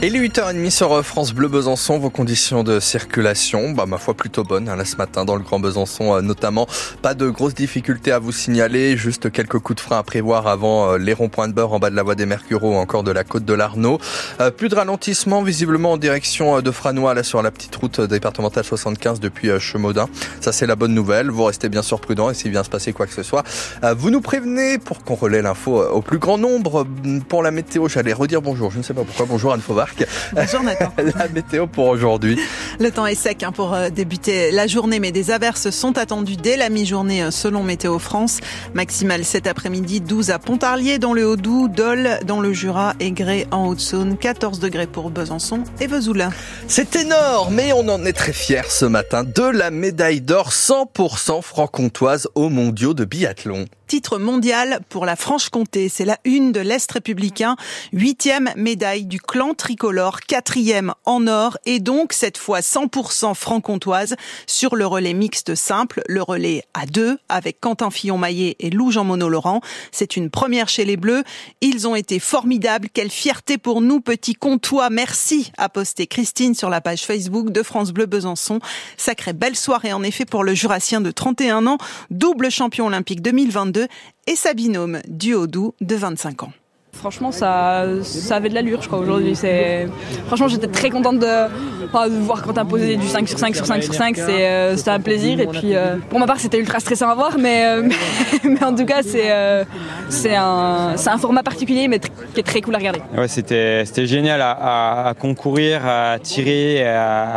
Et les 8h30 sur France Bleu Besançon, vos conditions de circulation, ma foi plutôt bonnes là ce matin dans le Grand Besançon notamment. Pas de grosses difficultés à vous signaler, juste quelques coups de frein à prévoir avant les ronds-points de Beurre en bas de la voie des Mercureaux ou encore de la côte de l'Arnaud. Plus de ralentissement visiblement en direction de Franois là sur la petite route départementale 75 depuis Chemaudin. Ça c'est la bonne nouvelle, vous restez bien sûr prudent et s'il vient se passer quoi que ce soit, vous nous prévenez pour qu'on relaie l'info au plus grand nombre. Pour la météo, j'allais redire bonjour, je ne sais pas pourquoi, bonjour Anne Fauvarc. Bonjour Nathan. La météo pour aujourd'hui. Le temps est sec pour débuter la journée, mais des averses sont attendues dès la mi-journée selon Météo France. Maximale cet après-midi, 12 à Pontarlier dans le Haut-Doubs, Dole dans le Jura et Grès en Haute-Saône, 14 degrés pour Besançon et Vesoul. C'est énorme, mais on en est très fiers ce matin de la médaille d'or 100% franc-comtoise aux mondiaux de biathlon. Titre mondial pour la Franche-Comté. C'est la une de l'Est républicain. 8e médaille du clan tricolore, 4e en or et donc cette fois 100% franc-comtoise sur le relais mixte simple, le relais à 2 avec Quentin Fillon-Maillet et Lou Jean-Monod Laurent. C'est une première chez les Bleus. Ils ont été formidables. Quelle fierté pour nous, petits comtois. Merci, a posté Christine sur la page Facebook de France Bleu Besançon. Sacrée belle soirée en effet pour le Jurassien de 31 ans, double champion olympique 2022 et sa binôme du Haut-Doubs de 25 ans. Franchement, ça avait de l'allure, je crois, aujourd'hui. Franchement, j'étais très contente de voir quand t'as posé du 5 sur 5 sur 5 sur 5. C'était un plaisir. Et puis, pour ma part, c'était ultra stressant à voir. Mais en tout cas, c'est un format particulier, mais qui est très cool à regarder. Ouais, c'était génial à concourir, à tirer,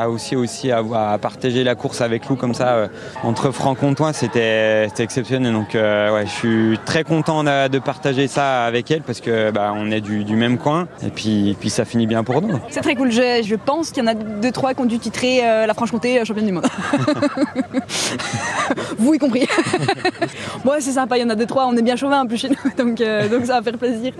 à partager la course avec Lou comme ça. Entre franc-comtois, c'était exceptionnel. Donc, je suis très content de partager ça avec elle parce que on est du même coin et puis ça finit bien pour nous. C'est très cool, je pense qu'il y en a 2-3 qui ont dû titrer la Franche-Comté championne du monde. Vous y compris. Moi c'est sympa, il y en a 2-3, on est bien chauvin en plus chez nous, donc ça va faire plaisir.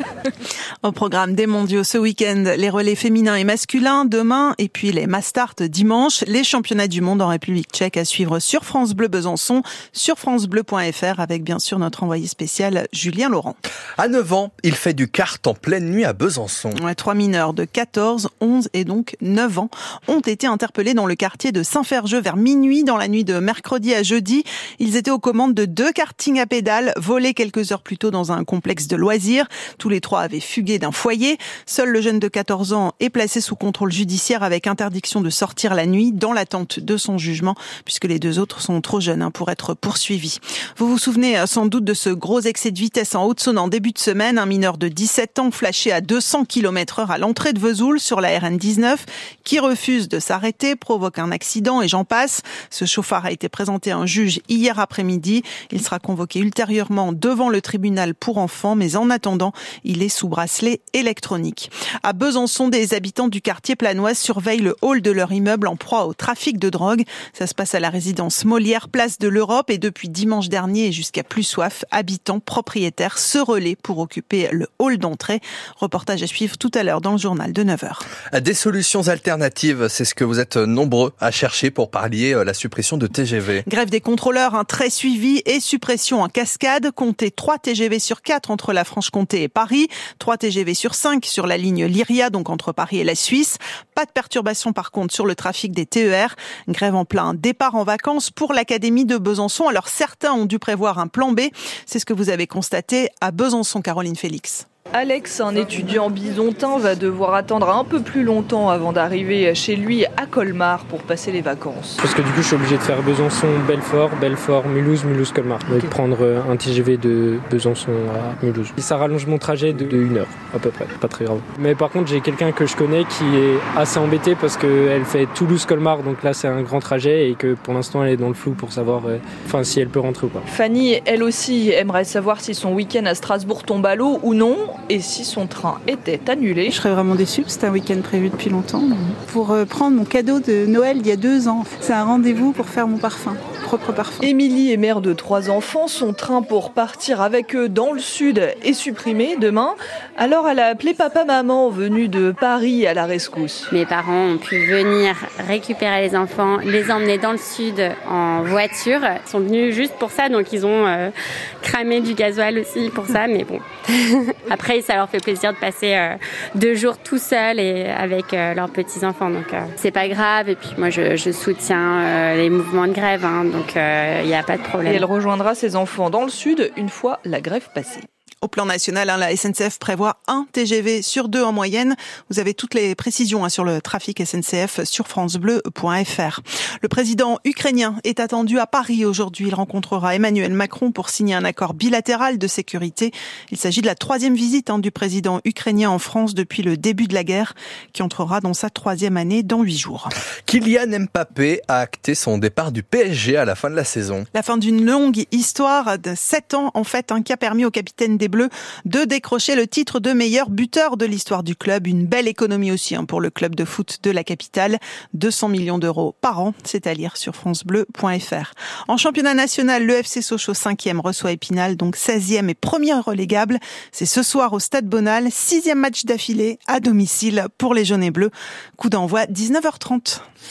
Au programme des mondiaux ce week-end, les relais féminins et masculins demain et puis les Mastart dimanche, les championnats du monde en République tchèque à suivre sur France Bleu Besançon, sur francebleu.fr avec bien sûr notre envoyé spécial Julien Laurent. À 9 ans, il fait du kart en pleine nuit à Besançon. 3 mineurs de 14, 11 et donc 9 ans ont été interpellés dans le quartier de Saint-Ferjeux vers minuit dans la nuit de mercredi à jeudi. Ils étaient aux commandes de 2 kartings à pédales volés quelques heures plus tôt dans un complexe de loisirs. Tous les 3 avaient fugué d'un foyer. Seul le jeune de 14 ans est placé sous contrôle judiciaire avec interdiction de sortir la nuit dans l'attente de son jugement puisque les 2 autres sont trop jeunes pour être poursuivis. Vous vous souvenez sans doute de ce gros excès de vitesse en Haute-Saône en début de semaine. Un mineur de 17 ans flashé à 200 km/h à l'entrée de Vesoul sur la RN19 qui refuse de s'arrêter, provoque un accident et j'en passe. Ce chauffard a été présenté à un juge hier après-midi. Il sera convoqué ultérieurement devant le tribunal pour enfants, mais en attendant, il est sous bracelet électronique. À Besançon, des habitants du quartier Planoise surveillent le hall de leur immeuble en proie au trafic de drogue. Ça se passe à la résidence Molière, place de l'Europe et depuis dimanche dernier et jusqu'à plus soif, habitants, propriétaires se relaient pour occuper le hall d'entrée. Reportage à suivre tout à l'heure dans le journal de 9h. Des solutions alternatives, c'est ce que vous êtes nombreux à chercher pour pallier la suppression de TGV. Grève des contrôleurs, très suivi et suppression en cascade. Comptez 3 TGV sur 4 entre la Franche-Comté et Paris. 3 TGV sur 5 sur la ligne Lyria, donc entre Paris et la Suisse. Pas de perturbation par contre sur le trafic des TER. Grève en plein départ en vacances pour l'Académie de Besançon. Alors certains ont dû prévoir un plan B. C'est ce que vous avez constaté à Besançon, Caroline Félix. Alex, un étudiant bisontin, va devoir attendre un peu plus longtemps avant d'arriver chez lui à Colmar pour passer les vacances. Parce que du coup, je suis obligé de faire Besançon, Mulhouse, Colmar. Donc prendre un TGV de Besançon à Mulhouse. Et ça rallonge mon trajet de 1 heure à peu près, pas très grave. Mais par contre, j'ai quelqu'un que je connais qui est assez embêté parce qu'elle fait Toulouse-Colmar, donc là c'est un grand trajet et que pour l'instant elle est dans le flou pour savoir si elle peut rentrer ou pas. Fanny, elle aussi, aimerait savoir si son week-end à Strasbourg tombe à l'eau ou non. Et si son train était annulé. Je serais vraiment déçue, c'était un week-end prévu depuis longtemps. Pour prendre mon cadeau de Noël d'il y a 2 ans. C'est un rendez-vous pour faire mon parfum. propre parfum. Émilie est mère de 3 enfants. Son train pour partir avec eux dans le sud est supprimé demain. Alors elle a appelé papa-maman venus de Paris à la rescousse. Mes parents ont pu venir récupérer les enfants, les emmener dans le sud en voiture. Ils sont venus juste pour ça, donc ils ont cramé du gasoil aussi pour ça. Mais bon, après ça leur fait plaisir de passer 2 jours tout seuls et avec leurs petits-enfants. Donc c'est pas grave. Et puis moi je soutiens les mouvements de grève, hein, donc il n'y a pas de problème. Et elle rejoindra ses enfants dans le sud une fois la grève passée. Au plan national, la SNCF prévoit 1 TGV sur 2 en moyenne. Vous avez toutes les précisions sur le trafic SNCF sur francebleu.fr. Le président ukrainien est attendu à Paris aujourd'hui. Il rencontrera Emmanuel Macron pour signer un accord bilatéral de sécurité. Il s'agit de la 3e visite du président ukrainien en France depuis le début de la guerre, qui entrera dans sa 3e année dans 8 jours. Kylian Mbappé a acté son départ du PSG à la fin de la saison. La fin d'une longue histoire de 7 ans, en fait, qui a permis au capitaine des Bleus de décrocher le titre de meilleur buteur de l'histoire du club. Une belle économie aussi pour le club de foot de la capitale. 200 millions d'euros par an, c'est à lire sur francebleu.fr. En championnat national, le FC Sochaux 5e reçoit Épinal, donc 16e et premier relégable. C'est ce soir au Stade Bonal, 6e match d'affilée à domicile pour les jaunes et bleus. Coup d'envoi 19h30.